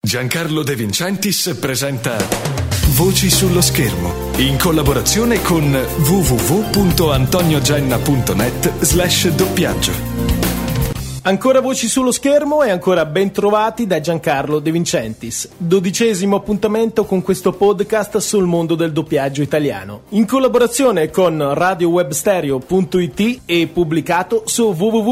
Giancarlo De Vincentis presenta Voci sullo schermo, in collaborazione con www.antoniogenna.net/doppiaggio. Ancora voci sullo schermo e ancora ben trovati da Giancarlo De Vincentis. 12° appuntamento con questo podcast sul mondo del doppiaggio italiano, in collaborazione con radiowebstereo.it e pubblicato su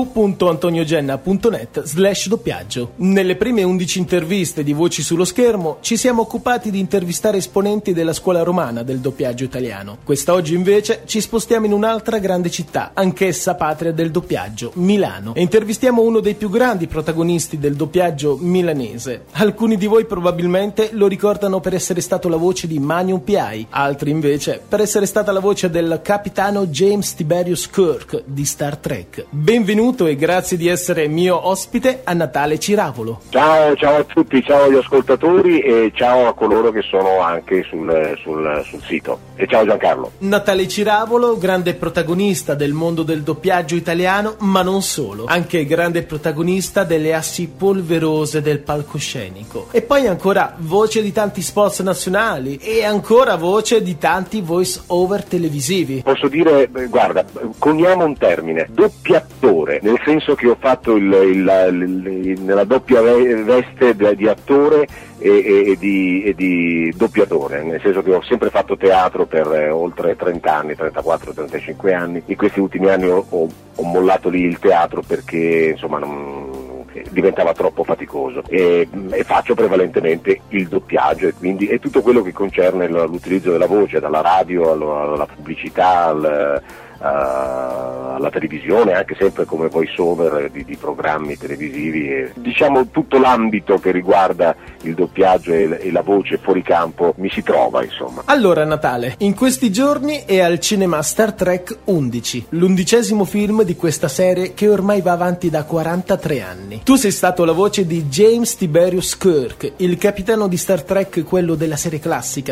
www.antoniogenna.net/doppiaggio. Nelle prime 11 interviste di Voci sullo schermo ci siamo occupati di intervistare esponenti della scuola romana del doppiaggio italiano. Quest'oggi invece ci spostiamo in un'altra grande città, anch'essa patria del doppiaggio, Milano, e intervistiamo uno dei più grandi protagonisti del doppiaggio milanese. Alcuni di voi probabilmente lo ricordano per essere stato la voce di Magnum P.I., altri invece per essere stata la voce del capitano James Tiberius Kirk di Star Trek. Benvenuto e grazie di essere mio ospite a Natale Ciravolo. Ciao a tutti, ciao agli ascoltatori e ciao a coloro che sono anche sul sito. E ciao Giancarlo. Natale Ciravolo, grande protagonista del mondo del doppiaggio italiano, ma non solo, anche grande protagonista delle assi polverose del palcoscenico, e poi ancora voce di tanti spot nazionali e ancora voce di tanti voice over televisivi. Posso dire, guarda, coniamo un termine, doppiatore, nel senso che ho fatto nella doppia veste di attore e di doppiatore, nel senso che ho sempre fatto teatro per oltre 30 anni, 34-35 anni. In questi ultimi anni ho mollato lì il teatro perché insomma diventava troppo faticoso e faccio prevalentemente il doppiaggio, e quindi è tutto quello che concerne l'utilizzo della voce, dalla radio alla pubblicità, alla televisione, anche sempre come voice over di programmi televisivi, e diciamo tutto l'ambito che riguarda il doppiaggio e la voce fuori campo mi si trova, insomma. Allora Natale, in questi giorni è al cinema Star Trek 11, l'11° film di questa serie che ormai va avanti da 43 anni. Tu sei stato la voce di James Tiberius Kirk, il capitano di Star Trek, quello della serie classica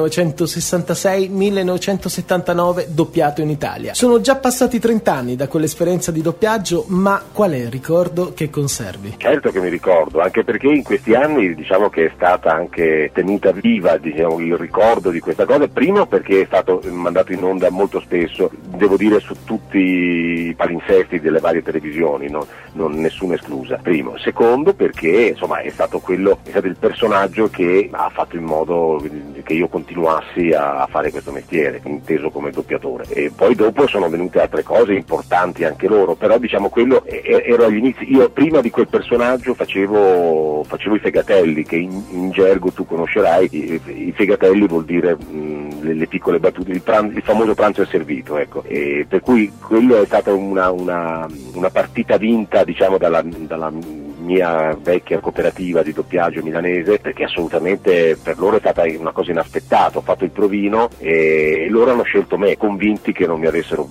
1966-1979, doppiato in Italia. Sono già passati 30 anni da quell'esperienza di doppiaggio, ma qual è il ricordo che conservi? Certo che mi ricordo, anche perché in questi anni diciamo che è stata anche tenuta viva, diciamo, il ricordo di questa cosa. Primo perché è stato mandato in onda molto spesso, devo dire su tutti i palinsesti delle varie televisioni, non nessuna esclusa. Primo. Secondo perché insomma è stato il personaggio che ha fatto in modo che io continuassi a fare questo mestiere, inteso come doppiatore. E poi dopo sono venute altre cose importanti anche loro, però diciamo quello ero agli inizi. Io prima di quel personaggio facevo i fegatelli, che in gergo tu conoscerai. I fegatelli vuol dire le piccole battute, il famoso pranzo è servito, ecco. E per cui quello è stata una partita vinta, diciamo, dalla mia vecchia cooperativa di doppiaggio milanese, perché assolutamente per loro è stata una cosa inaspettata. Ho fatto il provino e loro hanno scelto me, convinti che non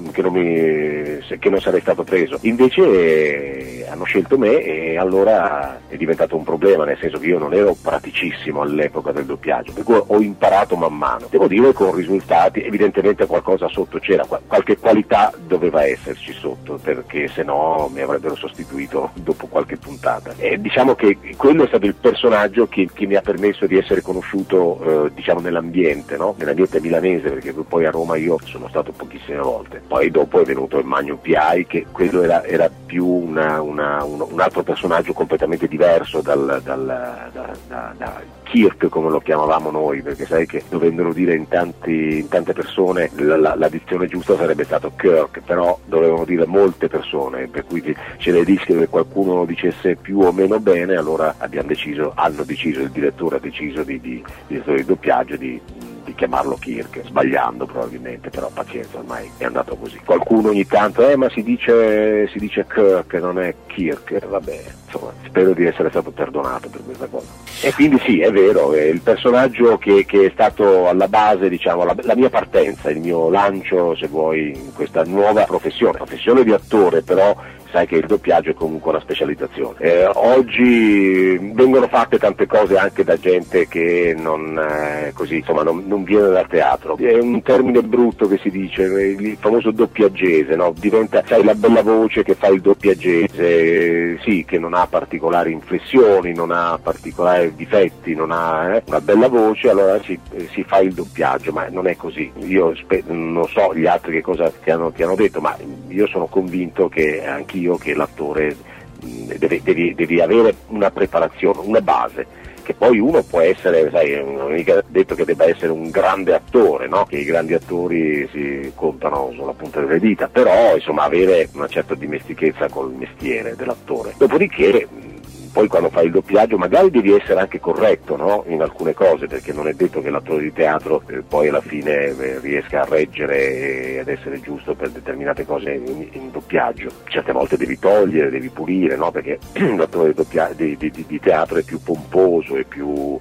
sarei stato preso. Invece hanno scelto me, e allora è diventato un problema, nel senso che io non ero praticissimo all'epoca del doppiaggio, per cui ho imparato man mano, devo dire con risultati. Evidentemente qualcosa sotto c'era, qualche qualità doveva esserci sotto, perché se no mi avrebbero sostituito dopo qualche puntata. E diciamo che quello è stato il personaggio che mi ha permesso di essere conosciuto diciamo nell'ambiente, no? Nell'ambiente milanese, perché poi a Roma io sono stato pochissime volte. Poi dopo è venuto il Magnum P.I., che quello era più un altro personaggio completamente diverso da Kirk, come lo chiamavamo noi, perché sai che dovendolo dire in tante persone la dizione giusta sarebbe stato Kirk, però dovevano dire molte persone, per cui c'era il rischio che qualcuno lo dicesse più o meno bene. Allora il direttore ha deciso di doppiaggio di chiamarlo Kirk, sbagliando probabilmente, però pazienza, ormai è andato così. Qualcuno ogni tanto ma si dice Kirk, non è Kirk, vabbè, insomma, spero di essere stato perdonato per questa cosa. E quindi sì, è vero, è il personaggio che è stato alla base, diciamo, la mia partenza, il mio lancio, se vuoi, in questa nuova professione di attore, però sai che il doppiaggio è comunque una specializzazione. Oggi vengono fatte tante cose anche da gente che non viene dal teatro. È un termine brutto che si dice, il famoso doppiaggese, no? Diventa, sai, la bella voce che fa il doppiaggese, sì, che non ha particolari inflessioni, non ha particolari difetti, non ha una bella voce, allora si fa il doppiaggio, ma non è così. Io non so gli altri che cosa ti hanno detto, ma io sono convinto che anch'io che l'attore devi avere una preparazione, una base, che poi uno può essere, sai, non è mica detto che debba essere un grande attore, no? Che i grandi attori si contano sulla punta delle dita, però insomma avere una certa dimestichezza col mestiere dell'attore. Dopodiché poi quando fai il doppiaggio magari devi essere anche corretto, no? In alcune cose, perché non è detto che l'attore di teatro poi alla fine riesca a reggere ed essere giusto per determinate cose in doppiaggio. Certe volte devi togliere, devi pulire, no? Perché l'attore di teatro è più pomposo, è più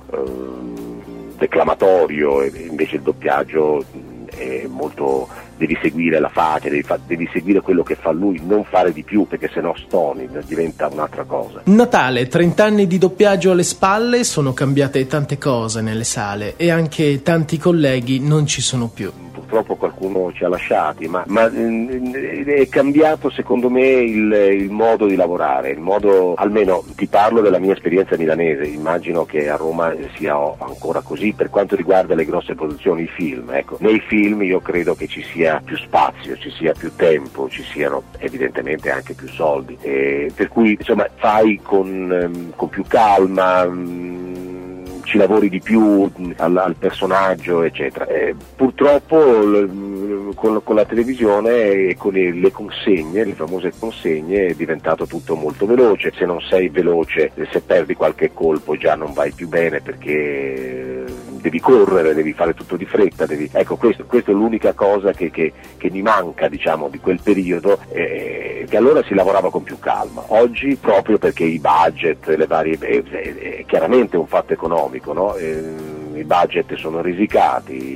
declamatorio, e invece il doppiaggio è molto, devi seguire la faccia, devi seguire quello che fa lui, non fare di più, perché sennò stoni, diventa un'altra cosa. Natale, 30 anni di doppiaggio alle spalle, sono cambiate tante cose nelle sale e anche tanti colleghi non ci sono più. Purtroppo qualcuno ci ha lasciati, ma è cambiato secondo me il modo di lavorare, il modo, almeno ti parlo della mia esperienza milanese, immagino che a Roma sia ancora così per quanto riguarda le grosse produzioni, i film. Ecco, nei film io credo che ci sia più spazio, ci sia più tempo, ci siano evidentemente anche più soldi, per cui insomma fai con più calma, ci lavori di più al personaggio, eccetera. Purtroppo con la televisione e con le consegne, le famose consegne, è diventato tutto molto veloce. Se non sei veloce, se perdi qualche colpo già non vai più bene, perché devi correre, devi fare tutto di fretta, ecco, questo è l'unica cosa che mi manca, diciamo, di quel periodo, che allora si lavorava con più calma. Oggi, proprio perché i budget, le varie, è chiaramente un fatto economico, no? I budget sono risicati,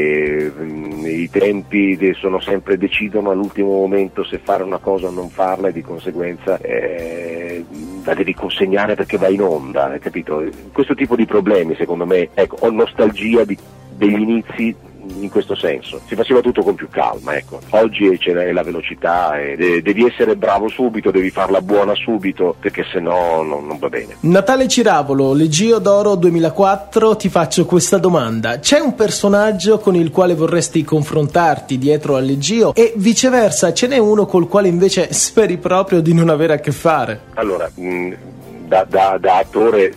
i tempi decidono all'ultimo momento se fare una cosa o non farla, e di conseguenza la devi consegnare perché va in onda, capito? Questo tipo di problemi, secondo me, ecco, ho nostalgia degli inizi in questo senso. Si faceva tutto con più calma, ecco. Oggi c'è la velocità, e devi essere bravo subito, devi farla buona subito, perché sennò non va bene. Natale Ciravolo, Legio d'Oro 2004, ti faccio questa domanda: c'è un personaggio con il quale vorresti confrontarti dietro al Legio, e viceversa ce n'è uno col quale invece speri proprio di non avere a che fare? Allora, da attore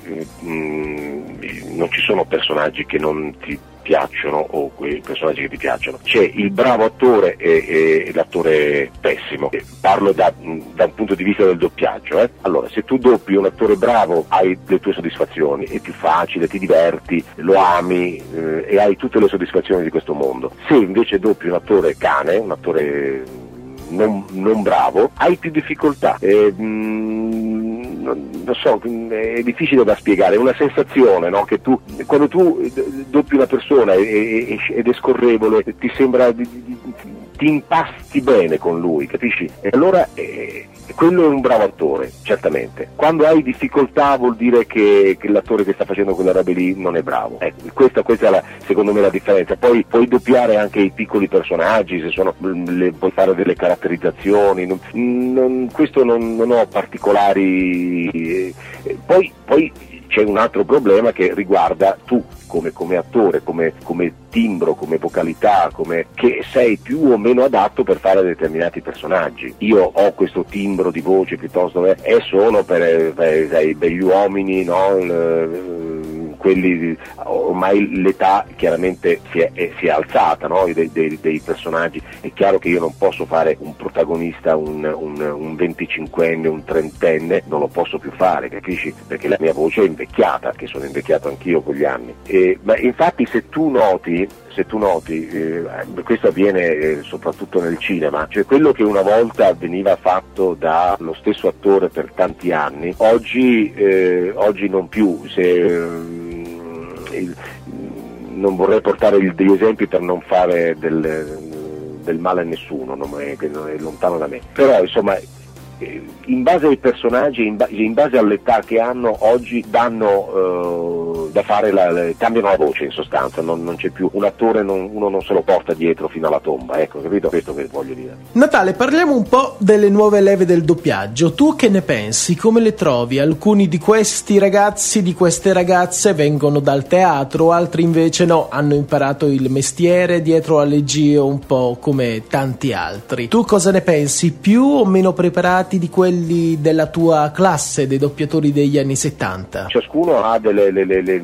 non ci sono personaggi che non ti piacciono, o quei personaggi che ti piacciono. C'è il bravo attore e l'attore pessimo. Parlo da un punto di vista del doppiaggio. Allora, se tu doppi un attore bravo hai le tue soddisfazioni, è più facile, ti diverti, lo ami, e hai tutte le soddisfazioni di questo mondo. Se invece doppi un attore cane, un attore non bravo, hai più difficoltà. Non so, è difficile da spiegare, è una sensazione, no? Che tu, quando tu doppi una persona ed è scorrevole, ti sembra ti impasti bene con lui, capisci? E allora quello è un bravo attore, certamente. Quando hai difficoltà vuol dire che l'attore che sta facendo quella roba lì non è bravo. Questa è secondo me la differenza. Poi puoi doppiare anche i piccoli personaggi, puoi fare delle caratterizzazioni, questo non ho particolari. Poi c'è un altro problema che riguarda tu come attore, come timbro, come vocalità, che sei più o meno adatto per fare determinati personaggi. Io ho questo timbro di voce piuttosto, è solo per gli uomini, no? Quelli, ormai l'età chiaramente si è alzata, no? dei personaggi. È chiaro che io non posso fare un protagonista, un 25enne, un 30enne, non lo posso più fare, capisci? Perché la mia voce è invecchiata, che sono invecchiato anch'io con gli anni. Ma infatti se tu noti, questo avviene soprattutto nel cinema, cioè quello che una volta veniva fatto dallo stesso attore per tanti anni, oggi non più. Non vorrei portare degli esempi per non fare del male a nessuno, che non è lontano da me, però insomma in base ai personaggi, in base all'età che hanno oggi, danno da fare cambiano la voce in sostanza, non c'è più un attore, uno non se lo porta dietro fino alla tomba, ecco, capito? Questo che voglio dire. Natale, parliamo un po' delle nuove leve del doppiaggio. Tu che ne pensi? Come le trovi? Alcuni di questi ragazzi, di queste ragazze vengono dal teatro, altri invece no, hanno imparato il mestiere dietro alle regie un po' come tanti altri. Tu cosa ne pensi? Più o meno preparati di quelli della tua classe, dei doppiatori degli anni 70? Ciascuno ha delle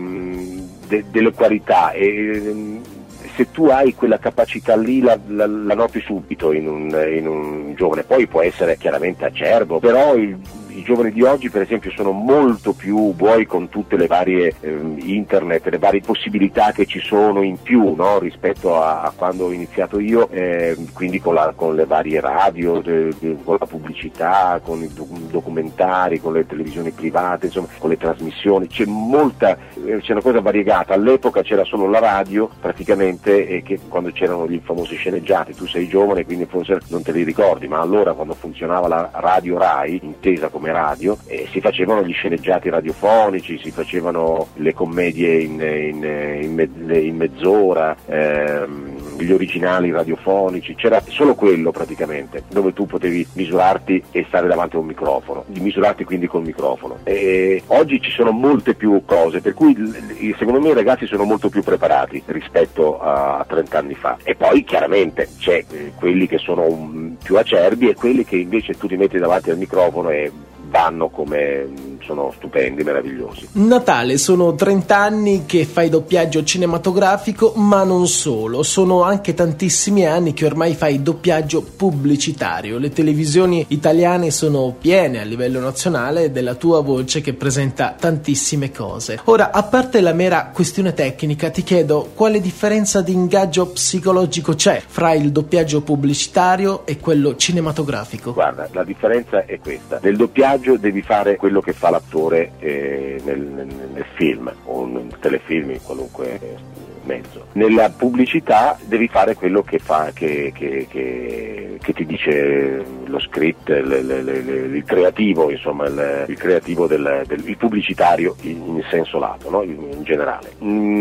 qualità e se tu hai quella capacità lì la noti subito in un giovane. Poi può essere chiaramente acerbo, però i giovani di oggi per esempio sono molto più, vuoi con tutte le varie internet, le varie possibilità che ci sono in più, no? Rispetto a quando ho iniziato io, quindi con le varie radio, con la pubblicità, con i documentari, con le televisioni private, insomma con le trasmissioni, c'è una cosa variegata. All'epoca c'era solo la radio praticamente, e che quando c'erano gli famosi sceneggiati, tu sei giovane quindi forse non te li ricordi, ma allora quando funzionava la radio Rai, intesa come radio, si facevano gli sceneggiati radiofonici, si facevano le commedie in mezz'ora, gli originali radiofonici, c'era solo quello praticamente dove tu potevi misurarti e stare davanti a un microfono, misurarti quindi col microfono. E oggi ci sono molte più cose, per cui secondo me i ragazzi sono molto più preparati rispetto a 30 anni fa. E poi chiaramente c'è quelli che sono più acerbi e quelli che invece tu ti metti davanti al microfono e vanno come sono stupendi, meravigliosi. Natale, sono 30 anni che fai doppiaggio cinematografico, ma non solo, sono anche tantissimi anni che ormai fai doppiaggio pubblicitario. Le televisioni italiane sono piene a livello nazionale della tua voce che presenta tantissime cose. Ora, a parte la mera questione tecnica, ti chiedo quale differenza di ingaggio psicologico c'è fra il doppiaggio pubblicitario e quello cinematografico? Guarda, la differenza è questa: nel doppiaggio devi fare quello che fa l'attore nel film o nel telefilm, in qualunque mezzo. Nella pubblicità devi fare quello che ti dice lo script, il creativo, insomma il creativo il pubblicitario in senso lato, no? In generale.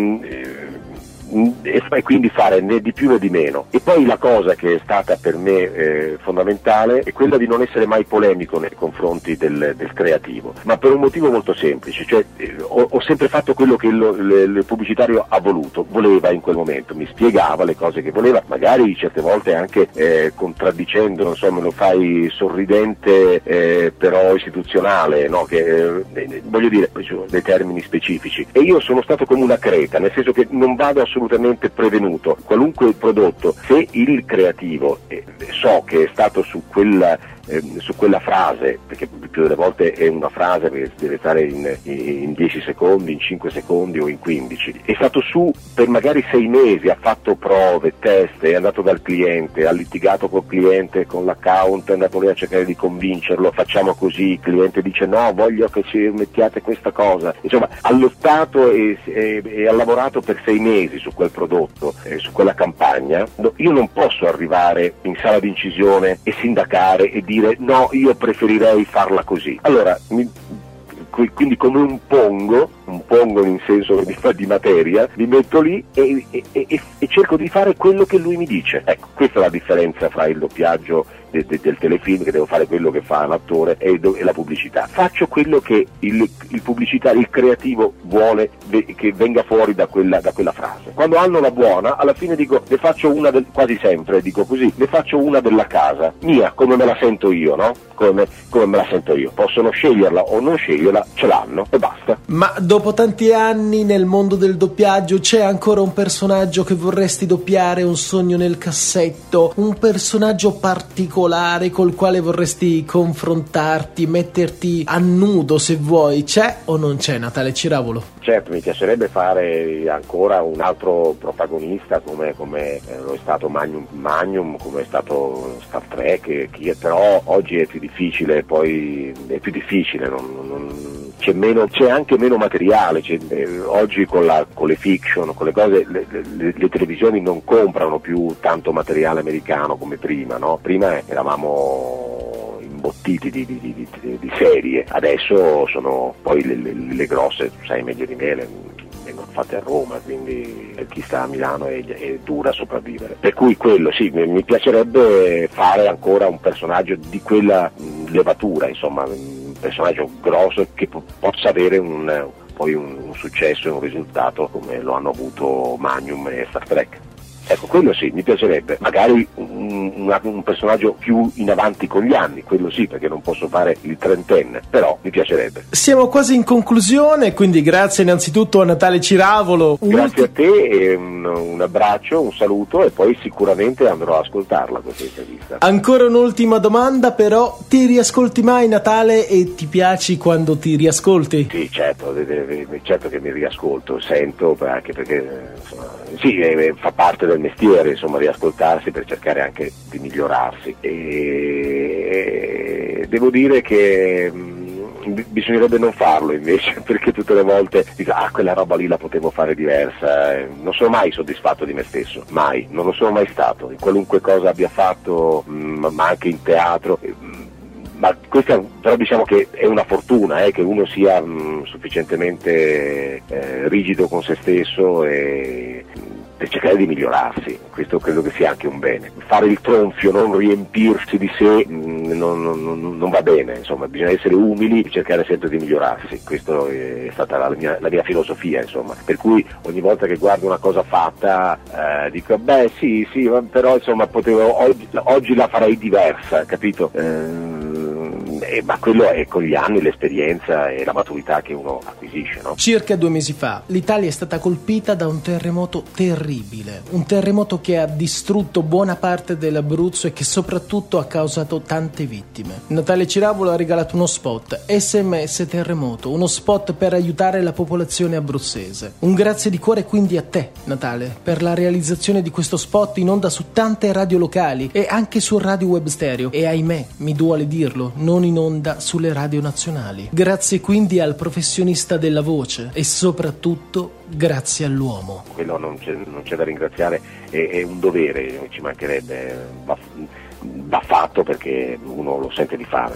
E quindi fare né di più né di meno. E poi la cosa che è stata per me fondamentale è quella di non essere mai polemico nei confronti del creativo, ma per un motivo molto semplice, cioè ho sempre fatto quello che il pubblicitario voleva in quel momento, mi spiegava le cose che voleva, magari certe volte anche contraddicendo, insomma lo fai sorridente però istituzionale, no? Voglio dire, dei termini specifici, e io sono stato come una creta, nel senso che non vado assolutamente prevenuto. Qualunque prodotto, se il creativo so che è stato su quella frase, perché più delle volte è una frase che deve stare in 10 secondi, in 5 secondi o in 15, è stato su per magari 6 mesi, ha fatto prove, test, è andato dal cliente, ha litigato col cliente, con l'account, è andato lì a cercare di convincerlo, facciamo così, il cliente dice no, voglio che ci mettiate questa cosa, insomma ha lottato e ha lavorato per 6 mesi su quel prodotto, su quella campagna. Io non posso arrivare in sala di incisione e sindacare e dire no, io preferirei farla così. Allora, quindi come un pongo in senso di materia, mi metto lì e cerco di fare quello che lui mi dice. Ecco, questa è la differenza fra il doppiaggio del telefilm, che devo fare quello che fa l'attore, e la pubblicità. Faccio quello che il pubblicitario, il creativo vuole che venga fuori da quella frase. Quando hanno la buona, alla fine dico, ne faccio una quasi sempre dico così, ne faccio una della casa, mia, come me la sento io, no? Come me la sento io. Possono sceglierla o non sceglierla, ce l'hanno e basta. Ma dopo tanti anni nel mondo del doppiaggio c'è ancora un personaggio che vorresti doppiare, un sogno nel cassetto, un personaggio particolare col quale vorresti confrontarti, metterti a nudo se vuoi? C'è o non c'è, Natale Ciravolo? Certo, mi piacerebbe fare ancora un altro protagonista come lo è stato Magnum, come è stato Star Trek, però oggi è più difficile, c'è anche meno materiale, oggi con le fiction, con le cose, le televisioni non comprano più tanto materiale americano come prima, no? Prima eravamo in imbottiti di serie. Adesso sono poi le grosse, sai meglio di me, vengono fatte a Roma, quindi per chi sta a Milano è dura sopravvivere. Per cui quello sì, mi piacerebbe fare ancora un personaggio di quella levatura, insomma, un personaggio grosso che possa avere poi un successo e un risultato come lo hanno avuto Magnum e Star Trek. Ecco, quello sì, mi piacerebbe, magari un personaggio più in avanti con gli anni, quello sì, perché non posso fare il trentenne, però mi piacerebbe. Siamo quasi in conclusione, quindi grazie innanzitutto a Natale Ciravolo. Grazie a te e un abbraccio, un saluto, e poi sicuramente andrò ad ascoltarla questa intervista. Ancora un'ultima domanda, però, ti riascolti mai Natale e ti piaci quando ti riascolti? Sì, certo che mi riascolto, sento, anche perché insomma, sì, fa parte del mestiere, insomma, riascoltarsi per cercare anche di migliorarsi, e devo dire che bisognerebbe non farlo invece, perché tutte le volte dico quella roba lì la potevo fare diversa. Non sono mai soddisfatto di me stesso, mai, non lo sono mai stato, in qualunque cosa abbia fatto, ma anche in teatro. Ma questa però diciamo che è una fortuna, che uno sia sufficientemente rigido con se stesso e per cercare di migliorarsi. Questo credo che sia anche un bene. Fare il tronfio, non riempirsi di sé, non va bene, insomma, bisogna essere umili e cercare sempre di migliorarsi. Questa è stata la mia filosofia, insomma. Per cui ogni volta che guardo una cosa fatta dico sì, però insomma oggi la farei diversa, capito? Ma quello è con gli anni, l'esperienza e la maturità che uno acquisisce, no? Circa 2 mesi fa l'Italia è stata colpita da un terremoto terribile, un terremoto che ha distrutto buona parte dell'Abruzzo e che soprattutto ha causato tante vittime. Natale Ciravolo ha regalato uno spot, SMS Terremoto, uno spot per aiutare la popolazione abruzzese. Un grazie di cuore quindi a te, Natale, per la realizzazione di questo spot in onda su tante radio locali e anche su Radio Web Stereo, e ahimè, mi duole dirlo, non in onda sulle radio nazionali. Grazie quindi al professionista della voce e soprattutto grazie all'uomo. Quello non c'è da ringraziare, è un dovere, ci mancherebbe, va fatto perché uno lo sente di fare,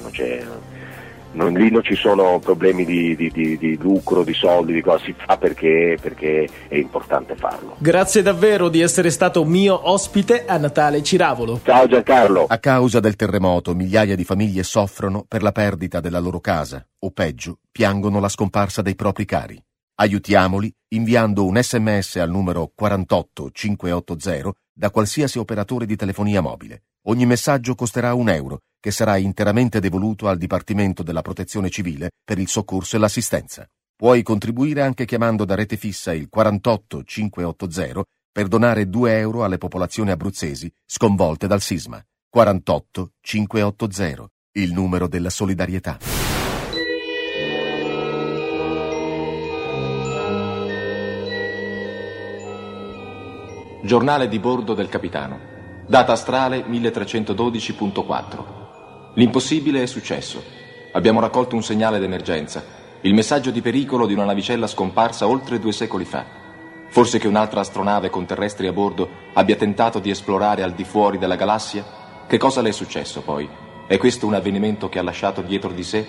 lì non ci sono problemi di lucro, di soldi, di cosa, si fa perché è importante farlo. Grazie davvero di essere stato mio ospite a Natale Ciravolo. Ciao Giancarlo. A causa del terremoto migliaia di famiglie soffrono per la perdita della loro casa o peggio piangono la scomparsa dei propri cari. Aiutiamoli inviando un SMS al numero 48580 da qualsiasi operatore di telefonia mobile. Ogni messaggio costerà €1, che sarà interamente devoluto al Dipartimento della Protezione Civile per il soccorso e l'assistenza. Puoi contribuire anche chiamando da rete fissa il 48580 per donare €2 alle popolazioni abruzzesi sconvolte dal sisma. 48580, il numero della solidarietà. Giornale di bordo del capitano. Data astrale 1312.4. L'impossibile è successo. Abbiamo raccolto un segnale d'emergenza, il messaggio di pericolo di una navicella scomparsa oltre 2 secoli fa. Forse che un'altra astronave con terrestri a bordo abbia tentato di esplorare al di fuori della galassia? Che cosa le è successo poi? È questo un avvenimento che ha lasciato dietro di sé?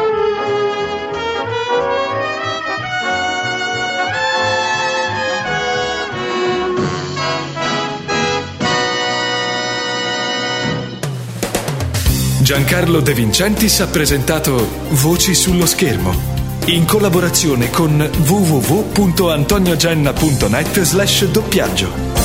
Giancarlo De Vincentis ha presentato Voci sullo schermo, in collaborazione con www.antoniogenna.net/doppiaggio.